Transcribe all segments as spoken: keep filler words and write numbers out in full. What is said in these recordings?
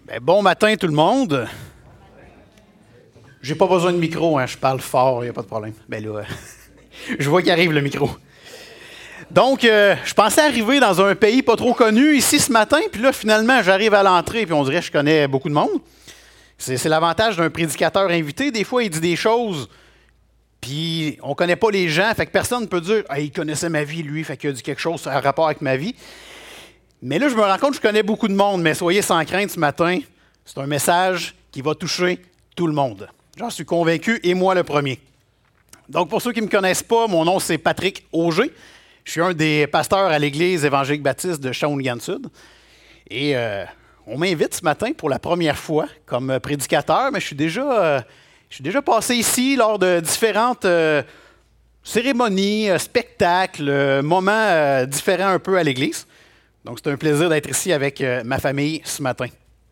Ben, bon matin tout le monde. J'ai pas besoin de micro, hein, je parle fort, il n'y a pas de problème. Ben là, euh, je vois qu'il arrive le micro. Donc, euh, je pensais arriver dans un pays pas trop connu ici ce matin, puis là, finalement, j'arrive à l'entrée, puis on dirait que je connais beaucoup de monde. C'est, c'est l'avantage d'un prédicateur invité. Des fois, il dit des choses, puis on connaît pas les gens, fait que personne ne peut dire ah, « il connaissait ma vie, lui, fait qu'il a dit quelque chose en rapport avec ma vie ». Mais là, je me rends compte que je connais beaucoup de monde, mais soyez sans crainte ce matin, c'est un message qui va toucher tout le monde. J'en suis convaincu, et moi le premier. Donc, pour ceux qui ne me connaissent pas, mon nom, c'est Patrick Auger. Je suis un des pasteurs à l'Église évangélique baptiste de Shawinigan-Sud. Et euh, on m'invite ce matin pour la première fois comme prédicateur, mais je suis déjà, euh, je suis déjà passé ici lors de différentes euh, cérémonies, euh, spectacles, euh, moments euh, différents un peu à l'Église. Donc, c'est un plaisir d'être ici avec euh, ma famille ce matin.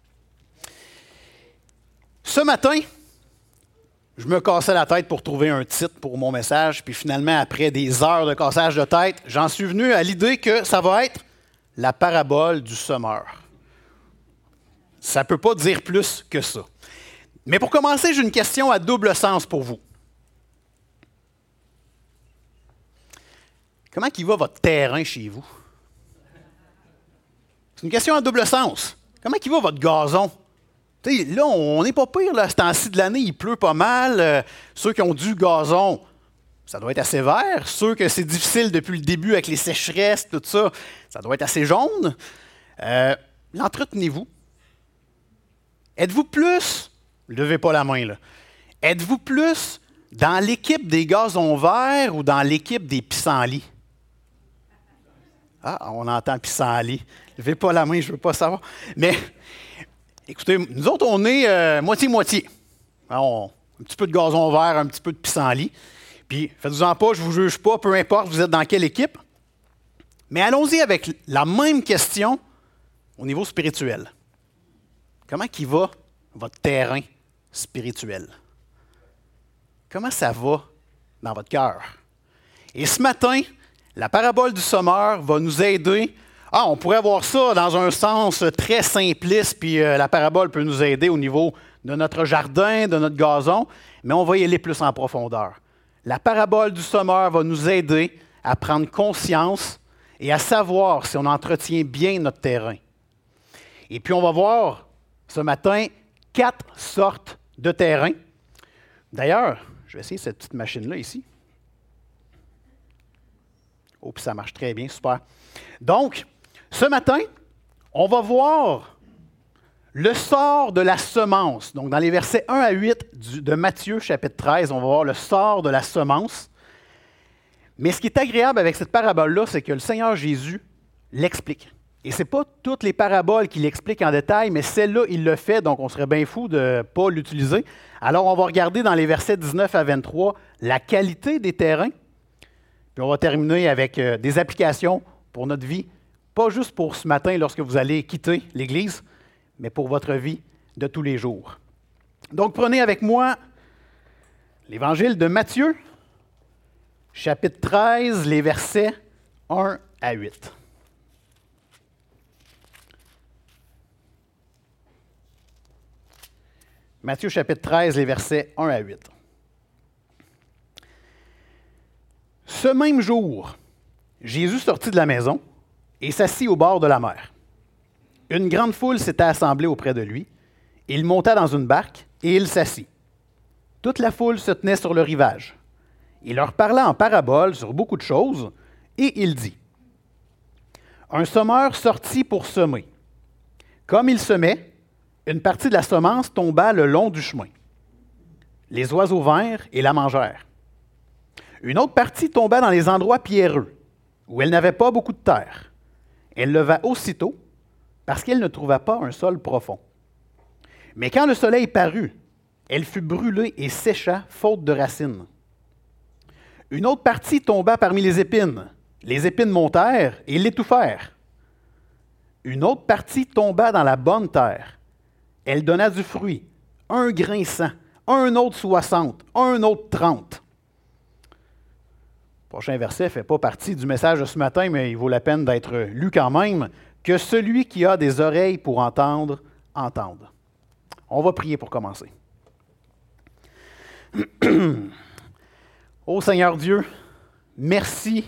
Ce matin, je me cassais la tête pour trouver un titre pour mon message, puis finalement, après des heures de cassage de tête, j'en suis venu à l'idée que ça va être la parabole du semeur. Ça ne peut pas dire plus que ça. Mais pour commencer, j'ai une question à double sens pour vous. Comment il va votre terrain chez vous? C'est une question à double sens. Comment il va votre gazon? T'sais, là, on n'est pas pire, là, ce temps-ci de l'année, il pleut pas mal. Euh, ceux qui ont du gazon, ça doit être assez vert. Ceux que c'est difficile depuis le début avec les sécheresses, tout ça, ça doit être assez jaune. Euh, l'entretenez-vous? Êtes-vous plus, levez pas la main, là, êtes-vous plus dans l'équipe des gazons verts ou dans l'équipe des pissenlits? Ah, on entend pissenlit. Levez pas la main, je ne veux pas savoir. Mais, écoutez, nous autres, on est euh, moitié-moitié. On, un petit peu de gazon vert, un petit peu de pissenlit. Puis, faites-vous-en pas, je ne vous juge pas, peu importe vous êtes dans quelle équipe. Mais allons-y avec la même question au niveau spirituel. Comment il va votre terrain spirituel? Comment ça va dans votre cœur? Et ce matin, la parabole du semeur va nous aider. Ah, on pourrait voir ça dans un sens très simpliste, puis euh, la parabole peut nous aider au niveau de notre jardin, de notre gazon, mais on va y aller plus en profondeur. La parabole du semeur va nous aider à prendre conscience et à savoir si on entretient bien notre terrain. Et puis on va voir ce matin quatre sortes de terrains. D'ailleurs, je vais essayer cette petite machine-là ici. Oh, puis ça marche très bien, super. Donc, ce matin, on va voir le sort de la semence. Donc, dans les versets un à huit du, de Matthieu, chapitre treize, on va voir le sort de la semence. Mais ce qui est agréable avec cette parabole-là, c'est que le Seigneur Jésus l'explique. Et ce n'est pas toutes les paraboles qu'il explique en détail, mais celle-là, il le fait, donc on serait bien fou de ne pas l'utiliser. Alors, on va regarder dans les versets dix-neuf à vingt-trois la qualité des terrains. Puis on va terminer avec euh, des applications pour notre vie, pas juste pour ce matin lorsque vous allez quitter l'Église, mais pour votre vie de tous les jours. Donc prenez avec moi l'Évangile de Matthieu, chapitre treize, les versets un à huit. Matthieu, chapitre treize, les versets un à huit. Ce même jour, Jésus sortit de la maison et s'assit au bord de la mer. Une grande foule s'était assemblée auprès de lui. Il monta dans une barque et il s'assit. Toute la foule se tenait sur le rivage. Il leur parla en paraboles sur beaucoup de choses et il dit : Un semeur sortit pour semer. Comme il semait, une partie de la semence tomba le long du chemin. Les oiseaux vinrent et la mangèrent. Une autre partie tomba dans les endroits pierreux, où elle n'avait pas beaucoup de terre. Elle leva aussitôt, parce qu'elle ne trouva pas un sol profond. Mais quand le soleil parut, elle fut brûlée et sécha, faute de racines. Une autre partie tomba parmi les épines. Les épines montèrent et l'étouffèrent. Une autre partie tomba dans la bonne terre. Elle donna du fruit, un grain cent, un autre soixante, un autre trente. Le prochain verset ne fait pas partie du message de ce matin, mais il vaut la peine d'être lu quand même. Que celui qui a des oreilles pour entendre, entende. On va prier pour commencer. Ô Seigneur Dieu, merci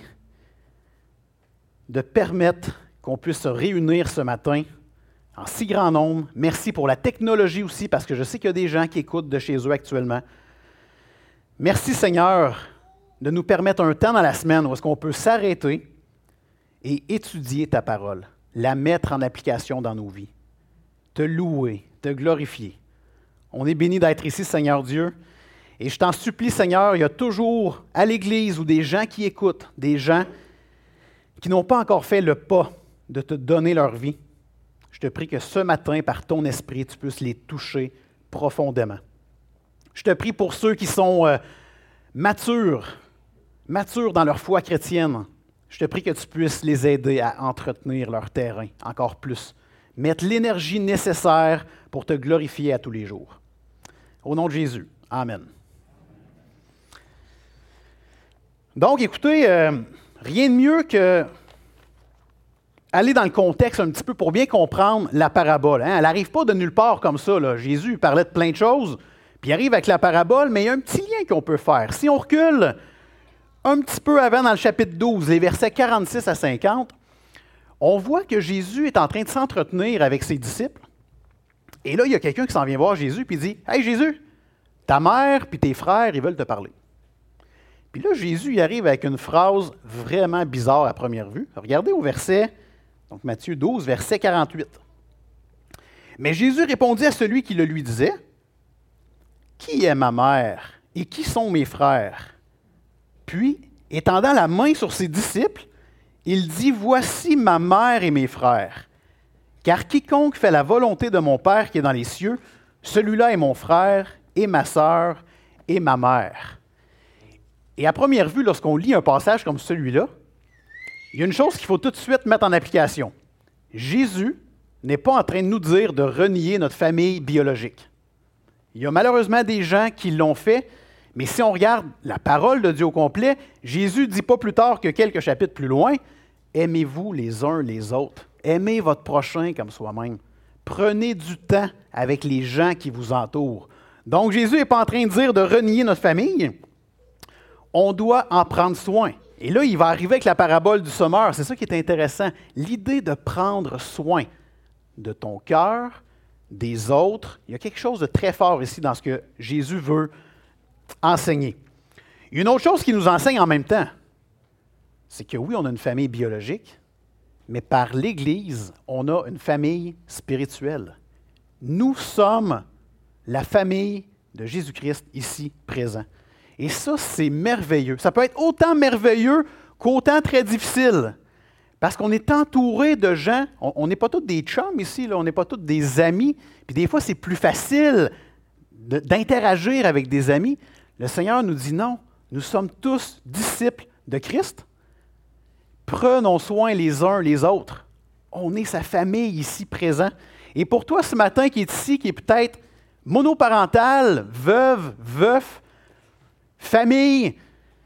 de permettre qu'on puisse se réunir ce matin en si grand nombre. Merci pour la technologie aussi, parce que je sais qu'il y a des gens qui écoutent de chez eux actuellement. Merci Seigneur de nous permettre un temps dans la semaine où est-ce qu'on peut s'arrêter et étudier ta parole, la mettre en application dans nos vies, te louer, te glorifier. On est béni d'être ici, Seigneur Dieu. Et je t'en supplie, Seigneur, il y a toujours à l'Église ou des gens qui écoutent, des gens qui n'ont pas encore fait le pas de te donner leur vie. Je te prie que ce matin, par ton esprit, tu puisses les toucher profondément. Je te prie pour ceux qui sont euh, matures, matures dans leur foi chrétienne. Je te prie que tu puisses les aider à entretenir leur terrain encore plus. Mettre l'énergie nécessaire pour te glorifier à tous les jours. Au nom de Jésus. Amen. Donc, écoutez, euh, rien de mieux que aller dans le contexte un petit peu pour bien comprendre la parabole. Hein? Elle n'arrive pas de nulle part comme ça. Là. Jésus parlait de plein de choses, puis il arrive avec la parabole, mais il y a un petit lien qu'on peut faire. Si on recule un petit peu avant dans le chapitre douze, les versets quarante-six à cinquante, on voit que Jésus est en train de s'entretenir avec ses disciples. Et là, il y a quelqu'un qui s'en vient voir Jésus et dit « Hey Jésus, ta mère puis tes frères, ils veulent te parler. » Puis là, Jésus il arrive avec une phrase vraiment bizarre à première vue. Regardez au verset, donc Matthieu douze, verset quarante-huit. « Mais Jésus répondit à celui qui le lui disait, « Qui est ma mère et qui sont mes frères? » Puis, étendant la main sur ses disciples, il dit, « Voici ma mère et mes frères. Car quiconque fait la volonté de mon Père qui est dans les cieux, celui-là est mon frère et ma sœur et ma mère. » Et à première vue, lorsqu'on lit un passage comme celui-là, il y a une chose qu'il faut tout de suite mettre en application. Jésus n'est pas en train de nous dire de renier notre famille biologique. Il y a malheureusement des gens qui l'ont fait, mais si on regarde la parole de Dieu au complet, Jésus dit pas plus tard que quelques chapitres plus loin, « Aimez-vous les uns les autres. Aimez votre prochain comme soi-même. Prenez du temps avec les gens qui vous entourent. » Donc Jésus n'est pas en train de dire de renier notre famille. On doit en prendre soin. Et là, il va arriver avec la parabole du sommeur. C'est ça qui est intéressant. L'idée de prendre soin de ton cœur, des autres. Il y a quelque chose de très fort ici dans ce que Jésus veut enseigner. Une autre chose qu'il nous enseigne en même temps, c'est que oui, on a une famille biologique, mais par l'Église, on a une famille spirituelle. Nous sommes la famille de Jésus-Christ ici présent. Et ça, c'est merveilleux. Ça peut être autant merveilleux qu'autant très difficile. Parce qu'on est entouré de gens, on n'est pas tous des chums ici, là, on n'est pas tous des amis. Puis des fois, c'est plus facile de, d'interagir avec des amis. Le Seigneur nous dit non, nous sommes tous disciples de Christ. Prenons soin les uns les autres. On est sa famille ici présent. Et pour toi ce matin qui est ici, qui est peut-être monoparental, veuve, veuf, famille,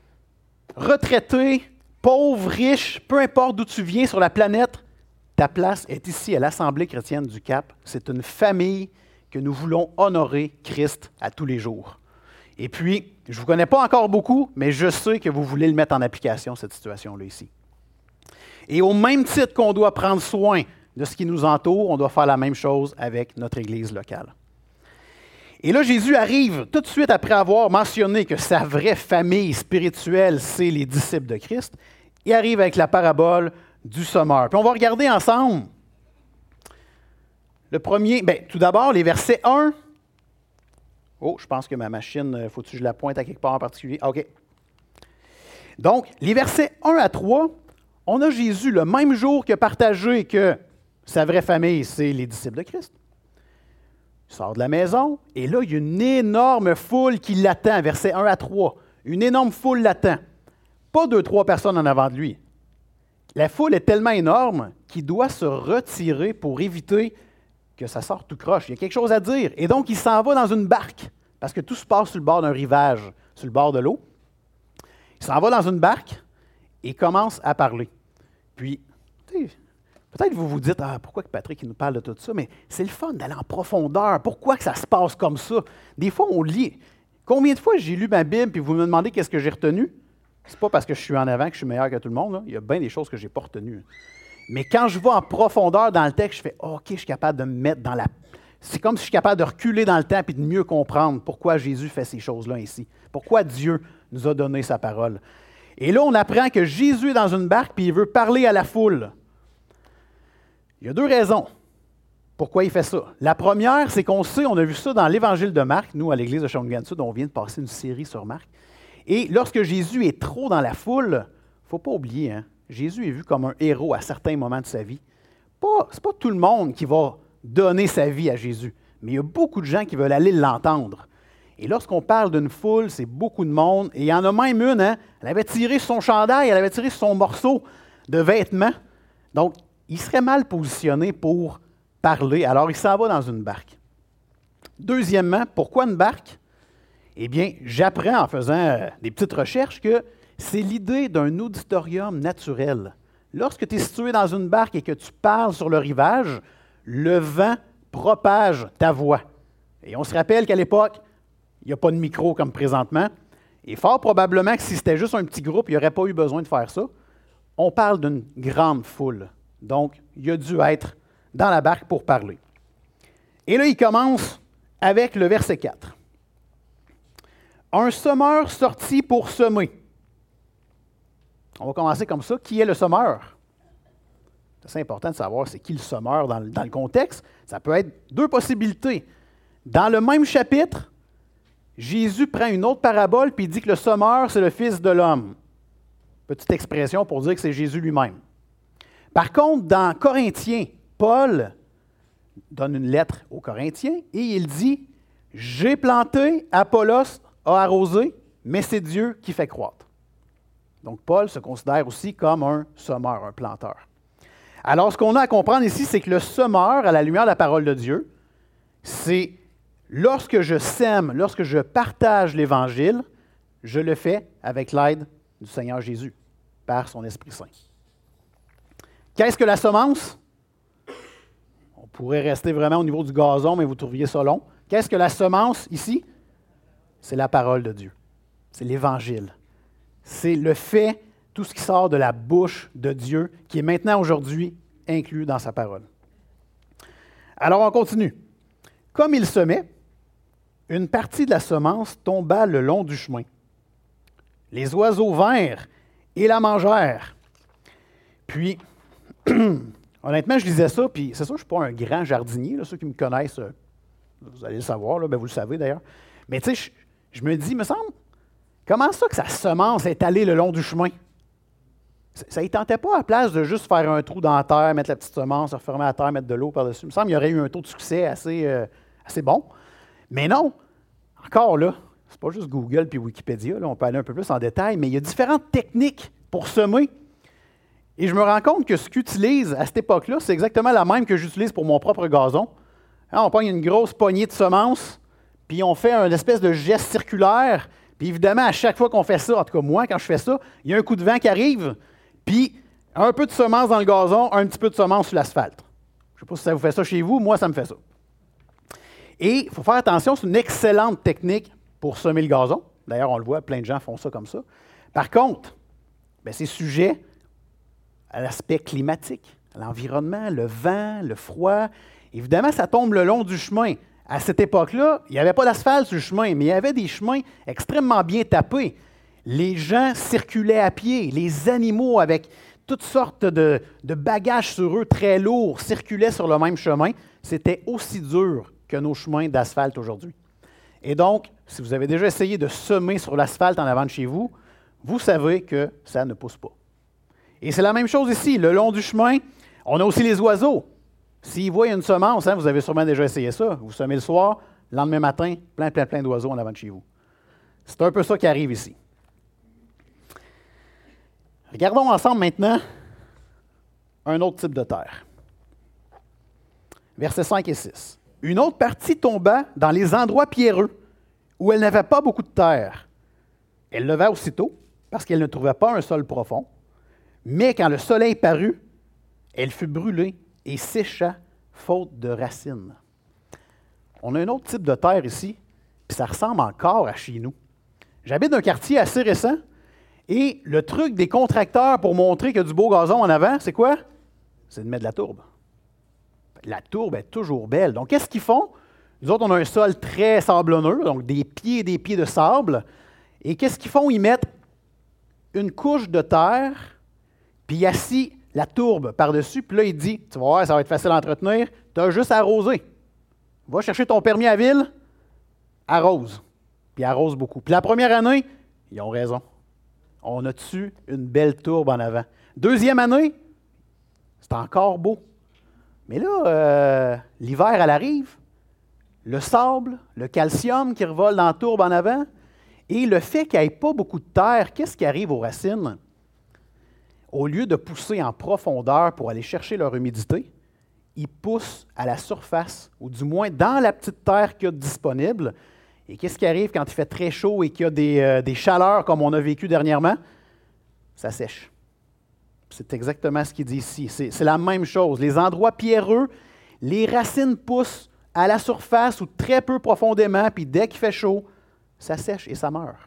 retraité, pauvre, riche, peu importe d'où tu viens sur la planète, ta place est ici à l'Assemblée chrétienne du Cap. C'est une famille que nous voulons honorer Christ à tous les jours. Et puis, je ne vous connais pas encore beaucoup, mais je sais que vous voulez le mettre en application, cette situation-là ici. Et au même titre qu'on doit prendre soin de ce qui nous entoure, on doit faire la même chose avec notre Église locale. Et là, Jésus arrive tout de suite après avoir mentionné que sa vraie famille spirituelle, c'est les disciples de Christ. Il arrive avec la parabole du sommeur. Puis on va regarder ensemble le premier, bien, tout d'abord, les versets un. Oh, je pense que ma machine, faut-tu que je la pointe à quelque part en particulier? OK. Donc, les versets un à trois, on a Jésus le même jour qui a partagé que sa vraie famille, c'est les disciples de Christ. Il sort de la maison, et là, il y a une énorme foule qui l'attend, versets un à trois. Une énorme foule l'attend. Pas deux, trois personnes en avant de lui. La foule est tellement énorme qu'il doit se retirer pour éviter que ça sorte tout croche. Il y a quelque chose à dire. Et donc, il s'en va dans une barque, parce que tout se passe sur le bord d'un rivage, sur le bord de l'eau. Il s'en va dans une barque et commence à parler. Puis, tu sais, Peut-être que vous vous dites, ah, pourquoi que Patrick il nous parle de tout ça? Mais c'est le fun d'aller en profondeur. Pourquoi que ça se passe comme ça? Des fois, on lit. Combien de fois j'ai lu ma Bible et vous me demandez qu'est-ce que j'ai retenu? C'est pas parce que je suis en avant que je suis meilleur que tout le monde. Là. Il y a bien des choses que je n'ai pas retenues. Mais quand je vais en profondeur dans le texte, je fais, oh, OK, je suis capable de me mettre dans la... C'est comme si je suis capable de reculer dans le temps et de mieux comprendre pourquoi Jésus fait ces choses-là ainsi. Pourquoi Dieu nous a donné sa parole. Et là, on apprend que Jésus est dans une barque et il veut parler à la foule. Il y a deux raisons pourquoi il fait ça. La première, c'est qu'on sait, on a vu ça dans l'Évangile de Marc, nous, à l'Église de Shawinigan-Sud, on vient de passer une série sur Marc. Et lorsque Jésus est trop dans la foule, il ne faut pas oublier, hein, Jésus est vu comme un héros à certains moments de sa vie. Pas, ce n'est pas tout le monde qui va donner sa vie à Jésus, mais il y a beaucoup de gens qui veulent aller l'entendre. Et lorsqu'on parle d'une foule, c'est beaucoup de monde. Et il y en a même une, hein, elle avait tiré sur son chandail, elle avait tiré sur son morceau de vêtement. Donc, il serait mal positionné pour parler, alors il s'en va dans une barque. Deuxièmement, pourquoi une barque? Eh bien, j'apprends en faisant euh, des petites recherches que c'est l'idée d'un auditorium naturel. Lorsque tu es situé dans une barque et que tu parles sur le rivage, le vent propage ta voix. Et on se rappelle qu'à l'époque, il n'y a pas de micro comme présentement. Et fort probablement que si c'était juste un petit groupe, il n'y aurait pas eu besoin de faire ça. On parle d'une grande foule. Donc, il a dû être dans la barque pour parler. Et là, il commence avec le verset quatre. Un semeur sortit pour semer. On va commencer comme ça. Qui est le semeur? C'est important de savoir c'est qui le semeur dans le, dans le contexte. Ça peut être deux possibilités. Dans le même chapitre, Jésus prend une autre parabole puis il dit que le semeur, c'est le Fils de l'homme. Petite expression pour dire que c'est Jésus lui-même. Par contre, dans Corinthiens, Paul donne une lettre aux Corinthiens et il dit « J'ai planté, Apollos a arrosé, mais c'est Dieu qui fait croître. » Donc, Paul se considère aussi comme un semeur, un planteur. Alors, ce qu'on a à comprendre ici, c'est que le semeur, à la lumière de la parole de Dieu, c'est lorsque je sème, lorsque je partage l'Évangile, je le fais avec l'aide du Seigneur Jésus, par son Esprit Saint. Qu'est-ce que la semence? On pourrait rester vraiment au niveau du gazon, mais vous trouviez ça long. Qu'est-ce que la semence ici? C'est la parole de Dieu. C'est l'Évangile. C'est le fait, tout ce qui sort de la bouche de Dieu, qui est maintenant, aujourd'hui, inclus dans sa parole. Alors, on continue. Comme il semait, une partie de la semence tomba le long du chemin. Les oiseaux vinrent et la mangèrent. Puis, honnêtement, je lisais ça, puis c'est sûr que je ne suis pas un grand jardinier. Là, ceux qui me connaissent, vous allez le savoir, là, ben vous le savez d'ailleurs. Mais tu sais, je, je me dis, il me semble, comment ça que sa semence est allée le long du chemin? Ça ne tentait pas à la place de juste faire un trou dans la terre, mettre la petite semence, refermer la terre, mettre de l'eau par-dessus. Il me semble qu'il y aurait eu un taux de succès assez, euh, assez bon. Mais non, encore là, c'est pas juste Google puis Wikipédia, là, on peut aller un peu plus en détail, mais il y a différentes techniques pour semer. Et je me rends compte que ce qu'utilise à cette époque-là, c'est exactement la même que j'utilise pour mon propre gazon. Hein, on pogne une grosse poignée de semences, puis on fait une espèce de geste circulaire. Puis évidemment, à chaque fois qu'on fait ça, en tout cas moi, quand je fais ça, il y a un coup de vent qui arrive, puis un peu de semence dans le gazon, un petit peu de semence sur l'asphalte. Je ne sais pas si ça vous fait ça chez vous, moi, ça me fait ça. Et il faut faire attention, c'est une excellente technique pour semer le gazon. D'ailleurs, on le voit, plein de gens font ça comme ça. Par contre, bien, c'est sujet à l'aspect climatique, à l'environnement, le vent, le froid. Évidemment, ça tombe le long du chemin. À cette époque-là, il n'y avait pas d'asphalte sur le chemin, mais il y avait des chemins extrêmement bien tapés. Les gens circulaient à pied, les animaux avec toutes sortes de, de bagages sur eux très lourds circulaient sur le même chemin. C'était aussi dur que nos chemins d'asphalte aujourd'hui. Et donc, si vous avez déjà essayé de semer sur l'asphalte en avant de chez vous, vous savez que ça ne pousse pas. Et c'est la même chose ici, le long du chemin, on a aussi les oiseaux. S'ils voient une semence, hein, vous avez sûrement déjà essayé ça, vous semez le soir, le lendemain matin, plein, plein, plein d'oiseaux en avant de chez vous. C'est un peu ça qui arrive ici. Regardons ensemble maintenant un autre type de terre. Versets cinq et six. Une autre partie tomba dans les endroits pierreux, où elle n'avait pas beaucoup de terre. Elle leva aussitôt, parce qu'elle ne trouvait pas un sol profond. Mais quand le soleil parut, Elle fut brûlée et sécha, faute de racines. On a un autre type de terre ici, puis ça ressemble encore à chez nous. J'habite dans un quartier assez récent, et le truc des contracteurs pour montrer qu'il y a du beau gazon en avant, c'est quoi? C'est de mettre de la tourbe. La tourbe est toujours belle. Donc, qu'est-ce qu'ils font? Nous autres, on a un sol très sablonneux, donc des pieds et des pieds de sable. Et qu'est-ce qu'ils font? Ils mettent une couche de terre, puis ils assis la tourbe par-dessus, puis là, il dit, tu vas voir, ça va être facile à entretenir, tu as juste à arroser. Va chercher ton permis à ville, arrose. Puis arrose beaucoup. Puis la première année, ils ont raison. On a dessus une belle tourbe en avant. Deuxième année, c'est encore beau. Mais là, euh, l'hiver, elle arrive, le sable, le calcium qui revole dans la tourbe en avant, et le fait qu'il n'y ait pas beaucoup de terre, qu'est-ce qui arrive aux racines? Au lieu de pousser en profondeur pour aller chercher leur humidité, ils poussent à la surface, ou du moins dans la petite terre qu'il y a disponible. Et qu'est-ce qui arrive quand il fait très chaud et qu'il y a des, euh, des chaleurs comme on a vécu dernièrement? Ça sèche. C'est exactement ce qu'il dit ici. C'est, c'est la même chose. Les endroits pierreux, les racines poussent à la surface ou très peu profondément, puis dès qu'il fait chaud, ça sèche et ça meurt.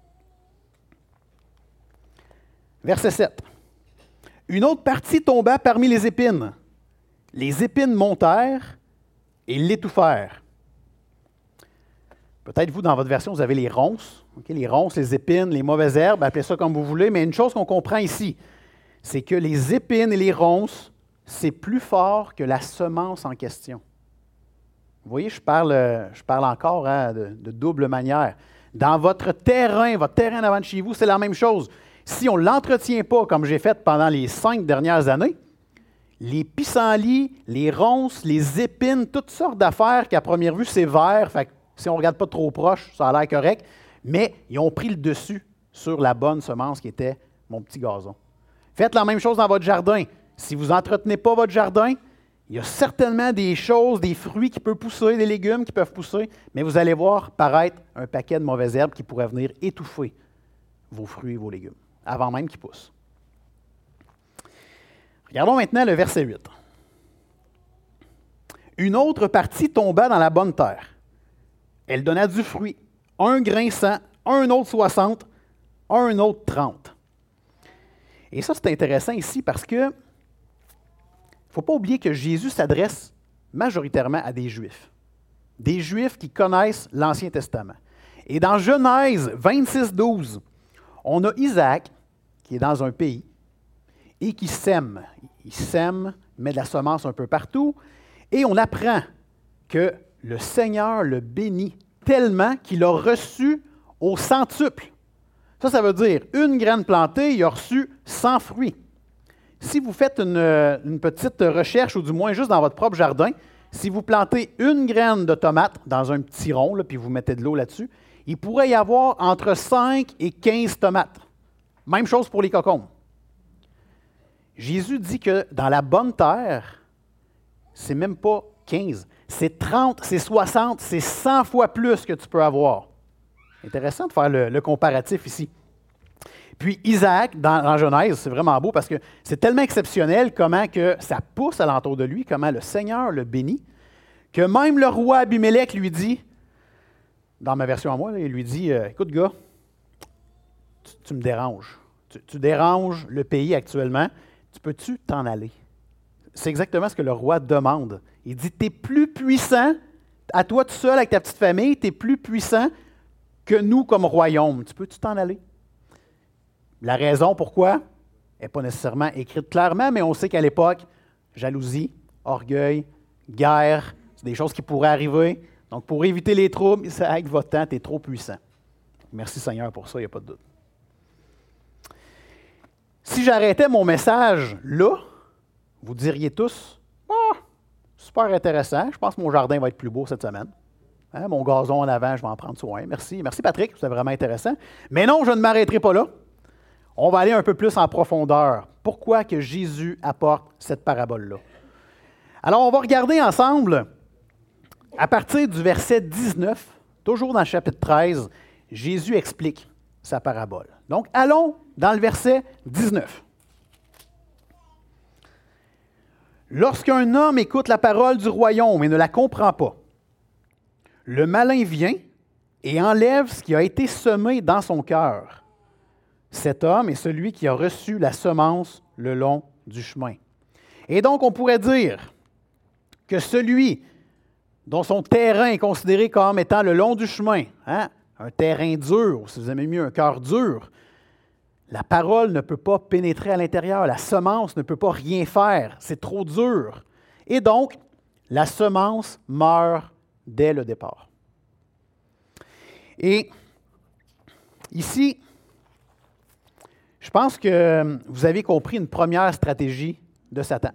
Verset sept. Une autre partie tomba parmi les épines. Les épines montèrent et l'étouffèrent. Peut-être vous, dans votre version, vous avez les ronces. Okay? Les ronces, les épines, les mauvaises herbes, appelez ça comme vous voulez. Mais une chose qu'on comprend ici, c'est que les épines et les ronces, c'est plus fort que la semence en question. Vous voyez, je parle, je parle encore hein, de, de double manière. Dans votre terrain, votre terrain avant de chez vous, c'est la même chose. Si on ne l'entretient pas, comme j'ai fait pendant les cinq dernières années, les pissenlits, les ronces, les épines, toutes sortes d'affaires qu'à première vue, c'est vert. Fait que si on ne regarde pas trop proche, ça a l'air correct. Mais ils ont pris le dessus sur la bonne semence qui était mon petit gazon. Faites la même chose dans votre jardin. Si vous n'entretenez pas votre jardin, il y a certainement des choses, des fruits qui peuvent pousser, des légumes qui peuvent pousser, mais vous allez voir paraître un paquet de mauvaises herbes qui pourraient venir étouffer vos fruits et vos légumes, avant même qu'ils poussent. Regardons maintenant le verset huit. Une autre partie tomba dans la bonne terre. Elle donna du fruit, un grain cent, un autre soixante, un autre trente. Et ça, c'est intéressant ici parce que il ne faut pas oublier que Jésus s'adresse majoritairement à des Juifs. Des Juifs qui connaissent l'Ancien Testament. Et dans Genèse vingt-six, douze, on a Isaac qui est dans un pays et qui sème. Il sème, il met de la semence un peu partout. Et on apprend que le Seigneur le bénit tellement qu'il a reçu au centuple. Ça, ça veut dire, une graine plantée, il a reçu cent fruits. Si vous faites une, une petite recherche, ou du moins juste dans votre propre jardin, si vous plantez une graine de tomate dans un petit rond, là, puis vous mettez de l'eau là-dessus, il pourrait y avoir entre cinq et quinze tomates. Même chose pour les cocombes. Jésus dit que dans la bonne terre, c'est même pas quinze, c'est trente, c'est soixante, c'est cent fois plus que tu peux avoir. Intéressant de faire le, le comparatif ici. Puis Isaac, dans, dans Genèse, c'est vraiment beau parce que c'est tellement exceptionnel comment que ça pousse alentour de lui, comment le Seigneur le bénit, que même le roi Abimelech lui dit, dans ma version à moi, là, il lui dit, euh, écoute gars, tu, tu me déranges. Tu, tu déranges le pays actuellement. Tu peux-tu t'en aller? C'est exactement ce que le roi demande. Il dit, tu es plus puissant, à toi tout seul avec ta petite famille, tu es plus puissant que nous comme royaume. Tu peux-tu t'en aller? La raison pourquoi n'est pas nécessairement écrite clairement, mais on sait qu'à l'époque, jalousie, orgueil, guerre, c'est des choses qui pourraient arriver. Donc, pour éviter les troubles, c'est avec votre temps, tu es trop puissant. Merci Seigneur pour ça, il n'y a pas de doute. Si j'arrêtais mon message là, vous diriez tous, ah, super intéressant, je pense que mon jardin va être plus beau cette semaine. Hein, mon gazon en avant, je vais en prendre soin. Merci. Merci Patrick, c'est vraiment intéressant. Mais non, je ne m'arrêterai pas là. On va aller un peu plus en profondeur. Pourquoi que Jésus apporte cette parabole-là? Alors, on va regarder ensemble, à partir du verset dix-neuf, toujours dans le chapitre treize, Jésus explique sa parabole. Donc, allons dans le verset dix-neuf. Lorsqu'un homme écoute la parole du royaume et ne la comprend pas, le malin vient et enlève ce qui a été semé dans son cœur. Cet homme est celui qui a reçu la semence le long du chemin. Et donc, on pourrait dire que celui dont son terrain est considéré comme étant le long du chemin, hein, un terrain dur, ou si vous aimez mieux, un cœur dur, la parole ne peut pas pénétrer à l'intérieur, la semence ne peut pas rien faire, c'est trop dur. Et donc, la semence meurt dès le départ. Et ici, je pense que vous avez compris une première stratégie de Satan.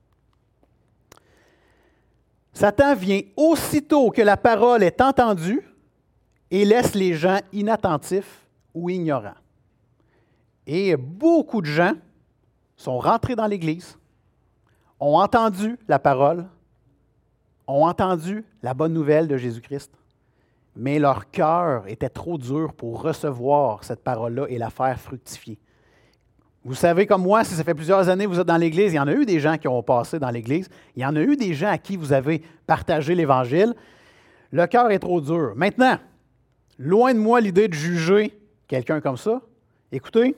Satan vient aussitôt que la parole est entendue et laisse les gens inattentifs ou ignorants. Et beaucoup de gens sont rentrés dans l'Église, ont entendu la parole, ont entendu la bonne nouvelle de Jésus-Christ, mais leur cœur était trop dur pour recevoir cette parole-là et la faire fructifier. Vous savez comme moi, si ça fait plusieurs années que vous êtes dans l'Église, il y en a eu des gens qui ont passé dans l'Église, il y en a eu des gens à qui vous avez partagé l'Évangile. Le cœur est trop dur. Maintenant, loin de moi l'idée de juger quelqu'un comme ça. Écoutez,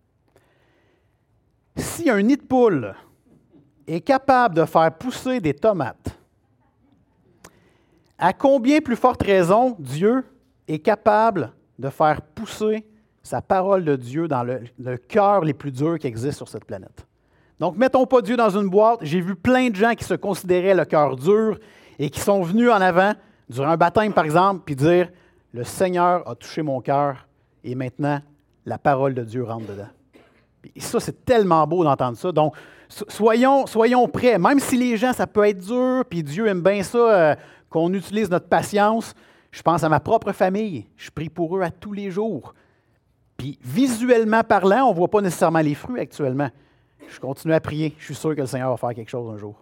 si un nid de poule est capable de faire pousser des tomates, à combien plus forte raison Dieu est capable de faire pousser sa parole de Dieu dans le, le cœur les plus durs qui existent sur cette planète. Donc, mettons pas Dieu dans une boîte. J'ai vu plein de gens qui se considéraient le cœur dur et qui sont venus en avant, durant un baptême par exemple, puis dire « Le Seigneur a touché mon cœur et maintenant, la parole de Dieu rentre dedans. » Et ça, c'est tellement beau d'entendre ça. Donc, soyons, soyons prêts. Même si les gens, ça peut être dur, puis Dieu aime bien ça, euh, qu'on utilise notre patience. Je pense à ma propre famille. Je prie pour eux à tous les jours. Puis, visuellement parlant, on ne voit pas nécessairement les fruits actuellement. Je continue à prier. Je suis sûr que le Seigneur va faire quelque chose un jour.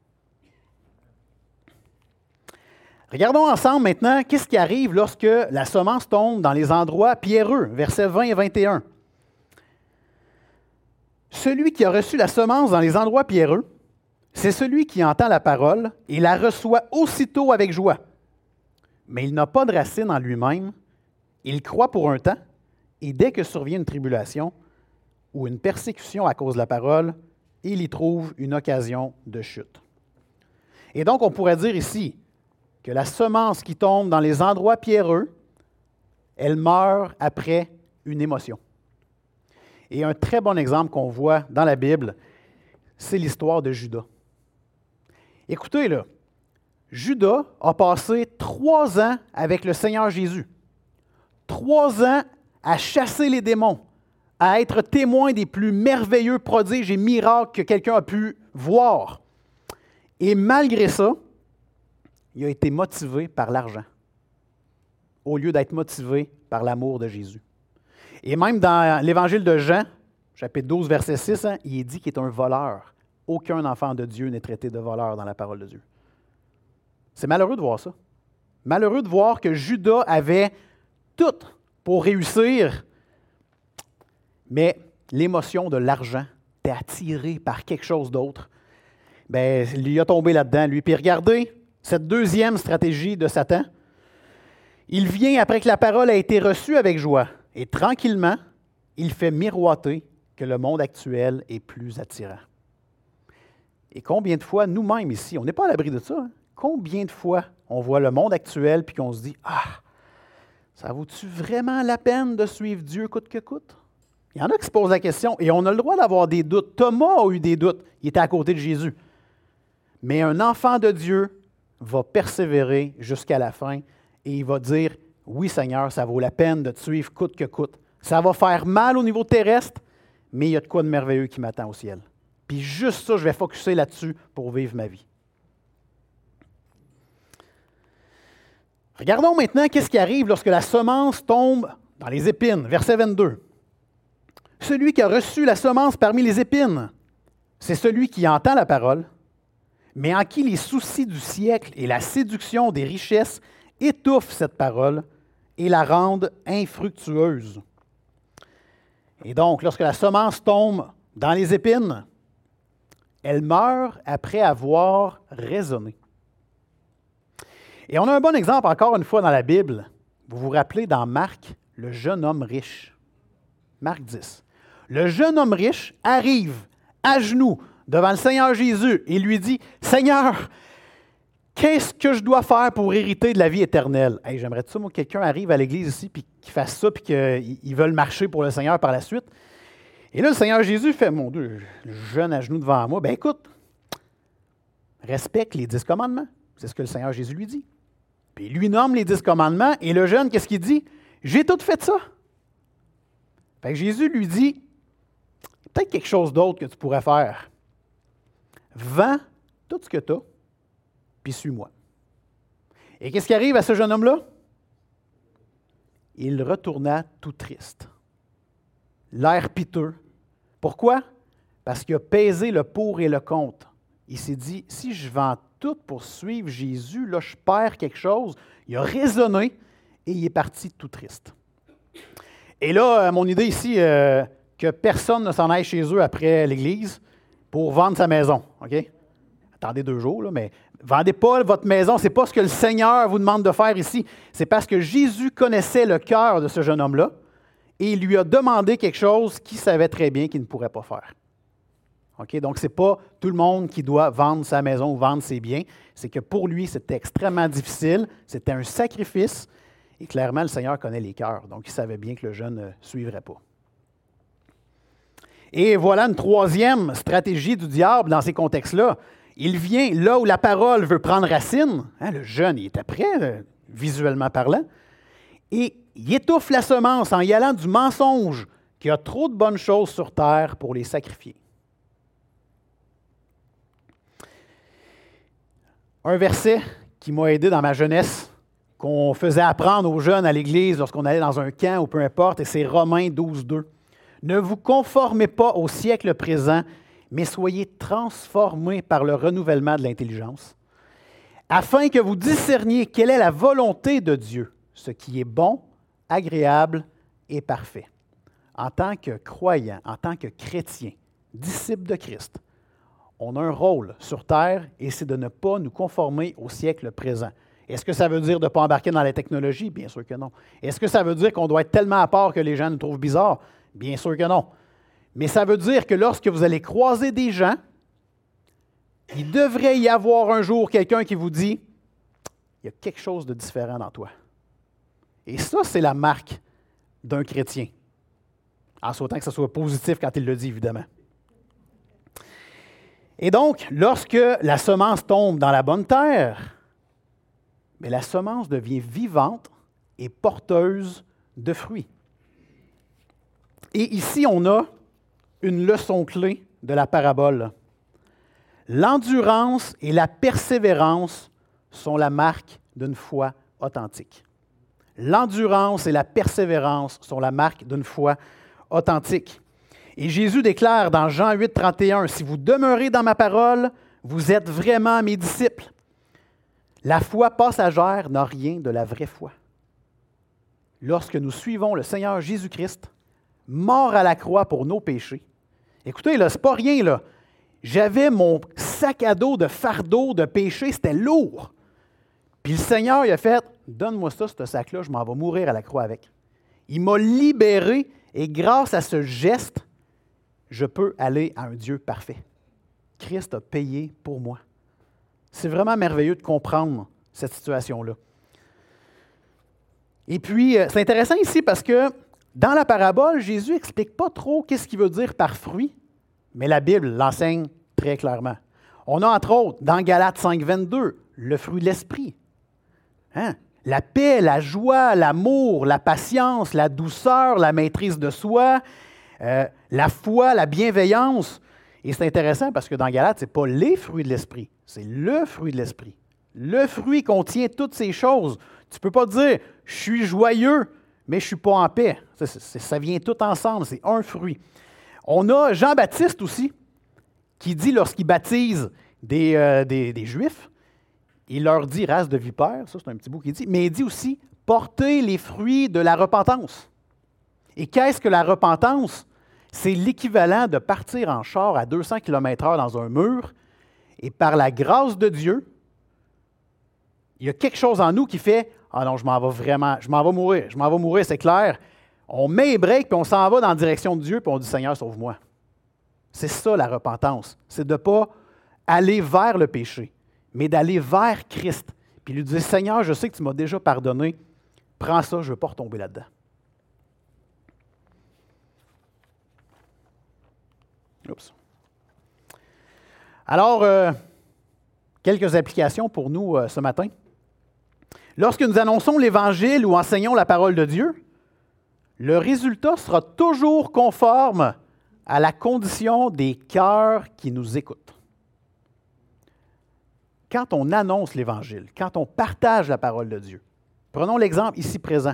Regardons ensemble maintenant qu'est-ce qui arrive lorsque la semence tombe dans les endroits pierreux, versets vingt et vingt et un. Celui qui a reçu la semence dans les endroits pierreux, c'est celui qui entend la parole et la reçoit aussitôt avec joie. Mais il n'a pas de racine en lui-même, il croit pour un temps, et dès que survient une tribulation ou une persécution à cause de la parole, il y trouve une occasion de chute. Et donc, on pourrait dire ici que la semence qui tombe dans les endroits pierreux, elle meurt après une émotion. Et un très bon exemple qu'on voit dans la Bible, c'est l'histoire de Judas. Écoutez, là, Judas a passé trois ans avec le Seigneur Jésus. Trois ans à chasser les démons, à être témoin des plus merveilleux prodiges et miracles que quelqu'un a pu voir. Et malgré ça, il a été motivé par l'argent, au lieu d'être motivé par l'amour de Jésus. Et même dans l'Évangile de Jean, chapitre douze, verset six, hein, il est dit qu'il est un voleur. Aucun enfant de Dieu n'est traité de voleur dans la parole de Dieu. C'est malheureux de voir ça. Malheureux de voir que Judas avait tout pour réussir, mais l'émotion de l'argent était attirée par quelque chose d'autre. Bien, il a tombé là-dedans, lui. Puis regardez, cette deuxième stratégie de Satan, il vient après que la parole a été reçue avec joie. Et tranquillement, il fait miroiter que le monde actuel est plus attirant. Et combien de fois, nous-mêmes ici, on n'est pas à l'abri de ça, hein? Combien de fois on voit le monde actuel puis qu'on se dit « Ah, ça vaut-tu vraiment la peine de suivre Dieu coûte que coûte? » Il y en a qui se posent la question et on a le droit d'avoir des doutes. Thomas a eu des doutes. Il était à côté de Jésus. Mais un enfant de Dieu va persévérer jusqu'à la fin et il va dire « Oui, Seigneur, ça vaut la peine de te suivre coûte que coûte. Ça va faire mal au niveau terrestre, mais il y a de quoi de merveilleux qui m'attend au ciel. Puis juste ça, je vais focusser là-dessus pour vivre ma vie. » Regardons maintenant qu'est-ce qui arrive lorsque la semence tombe dans les épines. Verset vingt-deux. Celui qui a reçu la semence parmi les épines, c'est celui qui entend la parole, mais en qui les soucis du siècle et la séduction des richesses étouffent cette parole et la rendent infructueuse. Et donc, lorsque la semence tombe dans les épines, Elle meurt après avoir raisonné. Et on a un bon exemple encore une fois dans la Bible. Vous vous rappelez dans Marc, le jeune homme riche. Marc dix. Le jeune homme riche arrive à genoux devant le Seigneur Jésus et lui dit, « Seigneur, qu'est-ce que je dois faire pour hériter de la vie éternelle? » Hey, j'aimerais ça, moi, que quelqu'un arrive à l'église ici et qu'il fasse ça puis qu'ils veulent marcher pour le Seigneur par la suite. Et là, le Seigneur Jésus fait, « Mon Dieu, le jeune à genoux devant moi, ben écoute, respecte les dix commandements. » C'est ce que le Seigneur Jésus lui dit. Puis il lui nomme les dix commandements et le jeune, qu'est-ce qu'il dit? « J'ai tout fait ça. » Fait que Jésus lui dit, « Peut-être quelque chose d'autre que tu pourrais faire. Vends tout ce que tu as, puis suis-moi. » Et qu'est-ce qui arrive à ce jeune homme-là? Il retourna tout triste, l'air piteux. Pourquoi? Parce qu'il a pesé le pour et le contre. Il s'est dit, si je vends tout pour suivre Jésus, là, je perds quelque chose. Il a raisonné et il est parti tout triste. Et là, mon idée ici, euh, que personne ne s'en aille chez eux après l'Église pour vendre sa maison. OK? Attendez deux jours, là, mais vendez pas votre maison. Ce n'est pas ce que le Seigneur vous demande de faire ici. C'est parce que Jésus connaissait le cœur de ce jeune homme-là et il lui a demandé quelque chose qu'il savait très bien qu'il ne pourrait pas faire. OK? Donc, ce n'est pas tout le monde qui doit vendre sa maison ou vendre ses biens. C'est que pour lui, c'était extrêmement difficile. C'était un sacrifice. Et clairement, le Seigneur connaît les cœurs. Donc, il savait bien que le jeune ne suivrait pas. Et voilà une troisième stratégie du diable dans ces contextes-là. Il vient là où la parole veut prendre racine. Hein, le jeune, il était prêt, visuellement parlant. Et il étouffe la semence en y allant du mensonge qu'il y a trop de bonnes choses sur terre pour les sacrifier. Un verset qui m'a aidé dans ma jeunesse, qu'on faisait apprendre aux jeunes à l'Église lorsqu'on allait dans un camp ou peu importe, et c'est Romains douze, deux. « Ne vous conformez pas au siècle présent, mais soyez transformés par le renouvellement de l'intelligence, afin que vous discerniez quelle est la volonté de Dieu, ce qui est bon, agréable et parfait. » En tant que croyant, en tant que chrétien, disciple de Christ, on a un rôle sur terre et c'est de ne pas nous conformer au siècle présent. Est-ce que ça veut dire de ne pas embarquer dans la technologie? Bien sûr que non. Est-ce que ça veut dire qu'on doit être tellement à part que les gens nous trouvent bizarres? Bien sûr que non. Mais ça veut dire que lorsque vous allez croiser des gens, il devrait y avoir un jour quelqu'un qui vous dit « Il y a quelque chose de différent dans toi. » Et ça, c'est la marque d'un chrétien. En souhaitant que ce soit positif quand il le dit, évidemment. Et donc, lorsque la semence tombe dans la bonne terre, mais la semence devient vivante et porteuse de fruits. Et ici, on a une leçon clé de la parabole. L'endurance et la persévérance sont la marque d'une foi authentique. L'endurance et la persévérance sont la marque d'une foi authentique. Et Jésus déclare dans Jean huit, trente et un, « Si vous demeurez dans ma parole, vous êtes vraiment mes disciples. » La foi passagère n'a rien de la vraie foi. Lorsque nous suivons le Seigneur Jésus-Christ, mort à la croix pour nos péchés, écoutez, là, c'est pas rien, là. J'avais mon sac à dos de fardeau de péché, c'était lourd. Puis le Seigneur, il a fait, « Donne-moi ça, ce sac-là, je m'en vais mourir à la croix avec. » Il m'a libéré et grâce à ce geste, je peux aller à un Dieu parfait. Christ a payé pour moi. C'est vraiment merveilleux de comprendre cette situation-là. Et puis, c'est intéressant ici parce que dans la parabole, Jésus n'explique pas trop qu'est-ce qu'il veut dire par fruit, mais la Bible l'enseigne très clairement. On a entre autres, dans Galates cinq, vingt-deux, le fruit de l'esprit. Hein? La paix, la joie, l'amour, la patience, la douceur, la maîtrise de soi, euh, la foi, la bienveillance. Et c'est intéressant parce que dans Galates, ce n'est pas les fruits de l'esprit, c'est le fruit de l'esprit. Le fruit contient toutes ces choses. Tu ne peux pas dire « je suis joyeux, mais je ne suis pas en paix ». Ça, ça vient tout ensemble, c'est un fruit. On a Jean-Baptiste aussi, qui dit lorsqu'il baptise des, euh, des, des Juifs, il leur dit « race de vipères », ça c'est un petit bout qu'il dit, mais il dit aussi « portez les fruits de la repentance ». Et qu'est-ce que la repentance? c'est l'équivalent de partir en char à deux cents kilomètres heure dans un mur et par la grâce de Dieu, il y a quelque chose en nous qui fait « Ah non, je m'en vais vraiment, je m'en vais mourir, je m'en vais mourir, c'est clair. » On met les breaks, puis on s'en va dans la direction de Dieu, puis on dit « Seigneur, sauve-moi. » C'est ça la repentance, c'est de ne pas aller vers le péché, mais d'aller vers Christ, puis lui dire « Seigneur, je sais que tu m'as déjà pardonné, prends ça, je ne veux pas retomber là-dedans. » Oups. Alors, euh, quelques applications pour nous euh, ce matin. Lorsque nous annonçons l'Évangile ou enseignons la parole de Dieu, le résultat sera toujours conforme à la condition des cœurs qui nous écoutent. Quand on annonce l'Évangile, quand on partage la parole de Dieu, prenons l'exemple ici présent.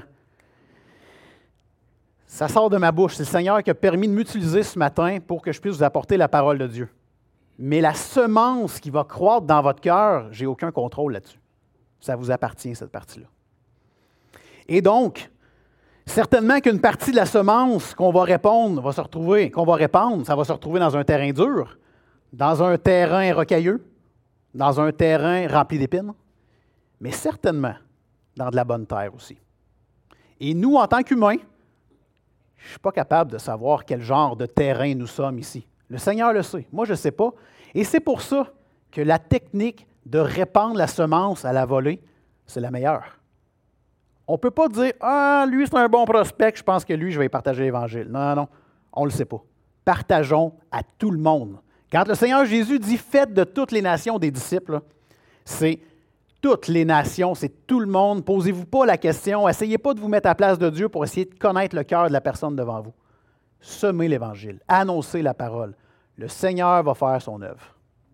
Ça sort de ma bouche. C'est le Seigneur qui a permis de m'utiliser ce matin pour que je puisse vous apporter la parole de Dieu. Mais la semence qui va croître dans votre cœur, je n'ai aucun contrôle là-dessus. Ça vous appartient, cette partie-là. Et donc, certainement qu'une partie de la semence qu'on va répondre, va se retrouver, qu'on va répandre, ça va se retrouver dans un terrain dur, dans un terrain rocailleux, dans un terrain rempli d'épines, mais certainement dans de la bonne terre aussi. Et nous, en tant qu'humains, je ne suis pas capable de savoir quel genre de terrain nous sommes ici. Le Seigneur le sait. Moi, je ne sais pas. Et c'est pour ça que la technique de répandre la semence à la volée, c'est la meilleure. On ne peut pas dire « Ah, lui, c'est un bon prospect, je pense que lui, je vais y partager l'Évangile. » Non, non, non, on ne le sait pas. Partageons à tout le monde. Quand le Seigneur Jésus dit « Faites de toutes les nations des disciples », c'est toutes les nations, c'est tout le monde. Posez-vous pas la question, essayez pas de vous mettre à la place de Dieu pour essayer de connaître le cœur de la personne devant vous. Semez l'Évangile, annoncez la parole. Le Seigneur va faire son œuvre.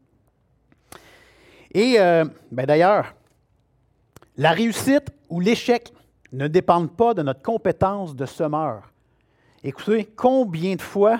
Et euh, ben d'ailleurs, la réussite ou l'échec ne dépendent pas de notre compétence de semeur. Écoutez, combien de fois,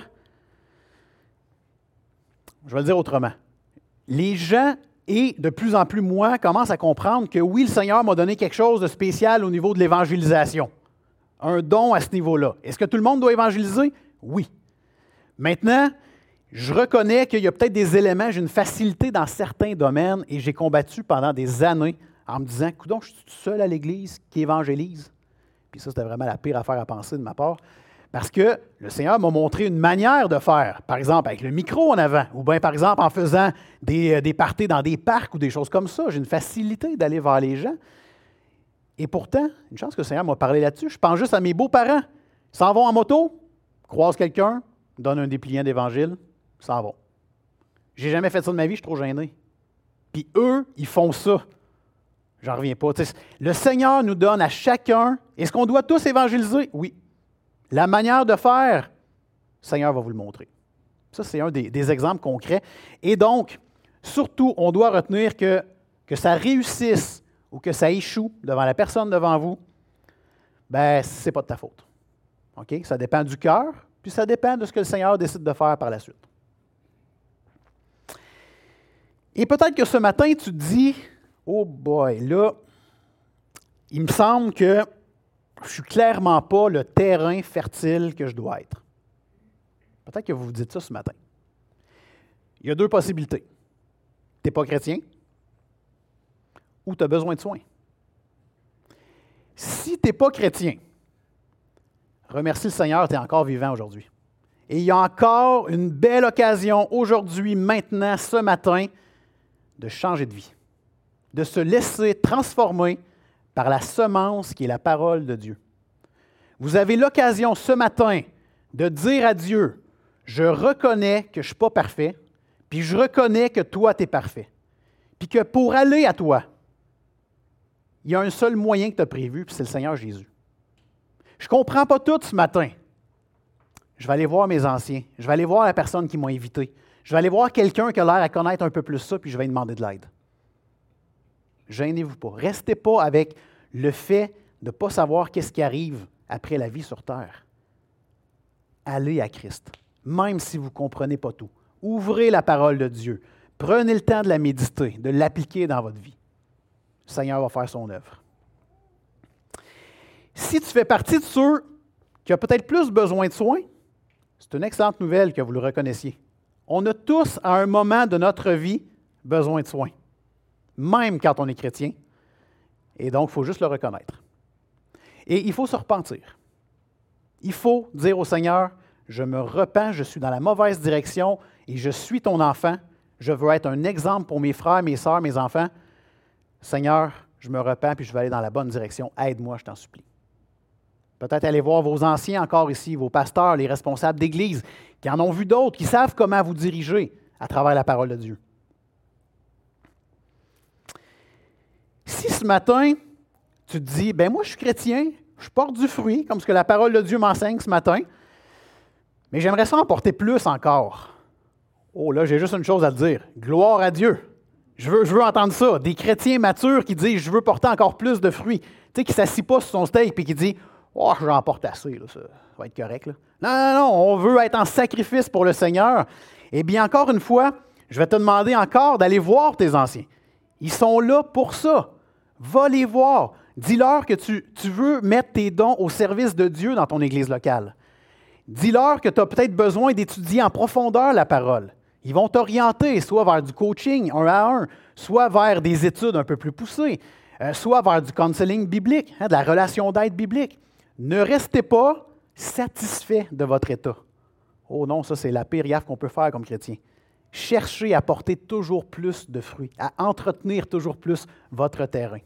je vais le dire autrement, les gens, et de plus en plus moi, commencent à comprendre que oui, le Seigneur m'a donné quelque chose de spécial au niveau de l'évangélisation. Un don à ce niveau-là. Est-ce que tout le monde doit évangéliser? Oui. Maintenant, je reconnais qu'il y a peut-être des éléments, j'ai une facilité dans certains domaines et j'ai combattu pendant des années en me disant, coudonc, je suis tout seul à l'Église qui évangélise. Puis ça, c'était vraiment la pire affaire à penser de ma part. Parce que le Seigneur m'a montré une manière de faire, par exemple avec le micro en avant, ou bien par exemple en faisant des, des parties dans des parcs ou des choses comme ça. J'ai une facilité d'aller vers les gens. Et pourtant, une chance que le Seigneur m'a parlé là-dessus, je pense juste à mes beaux-parents. Ils s'en vont en moto, croisent quelqu'un, donnent un dépliant d'Évangile, s'en vont. J'ai jamais fait ça de ma vie, je suis trop gêné. Puis eux, ils font ça. J'en reviens pas. T'sais, le Seigneur nous donne à chacun, est-ce qu'on doit tous évangéliser? Oui. La manière de faire, le Seigneur va vous le montrer. Ça, c'est un des, des exemples concrets. Et donc, surtout, on doit retenir que, que ça réussisse ou que ça échoue devant la personne devant vous, bien, ce n'est pas de ta faute. OK? Ça dépend du cœur, puis ça dépend de ce que le Seigneur décide de faire par la suite. Et peut-être que ce matin, tu te dis, oh boy, là, il me semble que je ne suis clairement pas le terrain fertile que je dois être. Peut-être que vous vous dites ça ce matin. Il y a deux possibilités. Tu n'es pas chrétien ou tu as besoin de soins. Si tu n'es pas chrétien, remercie le Seigneur, tu es encore vivant aujourd'hui. Et il y a encore une belle occasion aujourd'hui, maintenant, ce matin, de changer de vie, de se laisser transformer par la semence qui est la parole de Dieu. Vous avez l'occasion ce matin de dire à Dieu, je reconnais que je ne suis pas parfait, puis je reconnais que toi, tu es parfait. Puis que pour aller à toi, il y a un seul moyen que tu as prévu, puis c'est le Seigneur Jésus. Je ne comprends pas tout ce matin. Je vais aller voir mes anciens. Je vais aller voir la personne qui m'a invité. Je vais aller voir quelqu'un qui a l'air à connaître un peu plus ça, puis je vais lui demander de l'aide. Gênez-vous pas. Restez pas avec le fait de ne pas savoir qu'est-ce qui arrive après la vie sur terre. Allez à Christ, même si vous ne comprenez pas tout. Ouvrez la parole de Dieu. Prenez le temps de la méditer, de l'appliquer dans votre vie. Le Seigneur va faire son œuvre. Si tu fais partie de ceux qui ont peut-être plus besoin de soins, C'est une excellente nouvelle que vous le reconnaissiez. On a tous, à un moment de notre vie, besoin de soins, même quand on est chrétien. Et donc, il faut juste le reconnaître. Et il faut se repentir. Il faut dire au Seigneur, je me repens, je suis dans la mauvaise direction et je suis ton enfant. Je veux être un exemple pour mes frères, mes sœurs, mes enfants. Seigneur, je me repens puis je vais aller dans la bonne direction. Aide-moi, je t'en supplie. Peut-être aller voir vos anciens encore ici, vos pasteurs, les responsables d'Église, qui en ont vu d'autres, qui savent comment vous diriger à travers la parole de Dieu. Si ce matin, tu te dis, ben moi je suis chrétien, je porte du fruit, comme ce que la parole de Dieu m'enseigne ce matin, mais j'aimerais ça en porter plus encore. Oh là, j'ai juste une chose à te dire. Gloire à Dieu. Je veux, je veux entendre ça. Des chrétiens matures qui disent, je veux porter encore plus de fruits. Tu sais, qui ne s'assient pas sur son steak et qui dit, oh, j'en porte assez, là, ça, ça va être correct. Là. Non, non, non, on veut être en sacrifice pour le Seigneur. Eh bien, encore une fois, je vais te demander encore d'aller voir tes anciens. Ils sont là pour ça. Va les voir. Dis-leur que tu, tu veux mettre tes dons au service de Dieu dans ton église locale. Dis-leur que tu as peut-être besoin d'étudier en profondeur la parole. Ils vont t'orienter soit vers du coaching un à un, soit vers des études un peu plus poussées, euh, soit vers du counseling biblique, hein, de la relation d'aide biblique. Ne restez pas satisfait de votre état. Oh non, ça c'est la pire gaffe qu'on peut faire comme chrétien. Cherchez à porter toujours plus de fruits, à entretenir toujours plus votre terrain.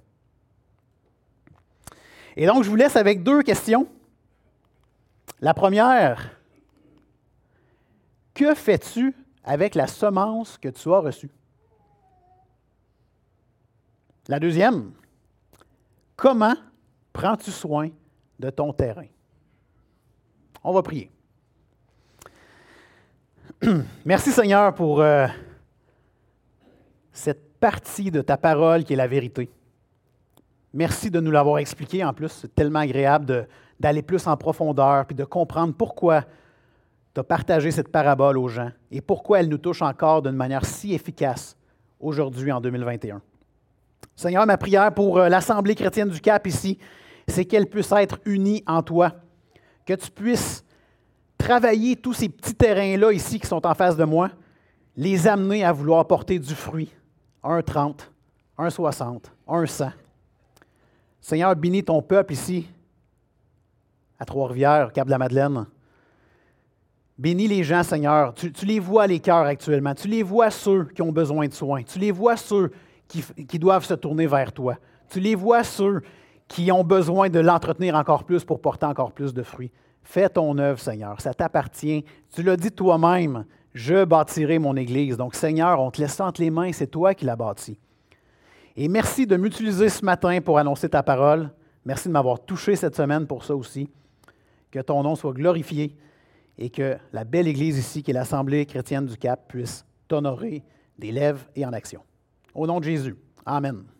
Et donc, je vous laisse avec deux questions. La première, que fais-tu avec la semence que tu as reçue? La deuxième, comment prends-tu soin de ton terrain? On va prier. Merci Seigneur pour euh, cette partie de ta parole qui est la vérité. Merci de nous l'avoir expliqué en plus. C'est tellement agréable de, d'aller plus en profondeur puis de comprendre pourquoi tu as partagé cette parabole aux gens et pourquoi elle nous touche encore d'une manière si efficace aujourd'hui en deux mille vingt et un. Seigneur, ma prière pour euh, l'Assemblée chrétienne du Cap ici, c'est qu'elle puisse être unie en toi, que tu puisses travailler tous ces petits terrains-là ici qui sont en face de moi, les amener à vouloir porter du fruit, un trente, un soixante, un cent. Seigneur, bénis ton peuple ici, à Trois-Rivières, Cap-de-la-Madeleine. Bénis les gens, Seigneur. Tu, tu les vois les cœurs actuellement. Tu les vois ceux qui ont besoin de soins. Tu les vois ceux qui, qui doivent se tourner vers toi. Tu les vois ceux qui ont besoin de l'entretenir encore plus pour porter encore plus de fruits. Fais ton œuvre, Seigneur. Ça t'appartient. Tu l'as dit toi-même. Je bâtirai mon Église. Donc, Seigneur, on te laisse ça entre les mains. C'est toi qui l'as bâti. Et merci de m'utiliser ce matin pour annoncer ta parole. Merci de m'avoir touché cette semaine pour ça aussi. Que ton nom soit glorifié et que la belle Église ici, qui est l'Assemblée chrétienne du Cap, puisse t'honorer des lèvres et en action. Au nom de Jésus. Amen.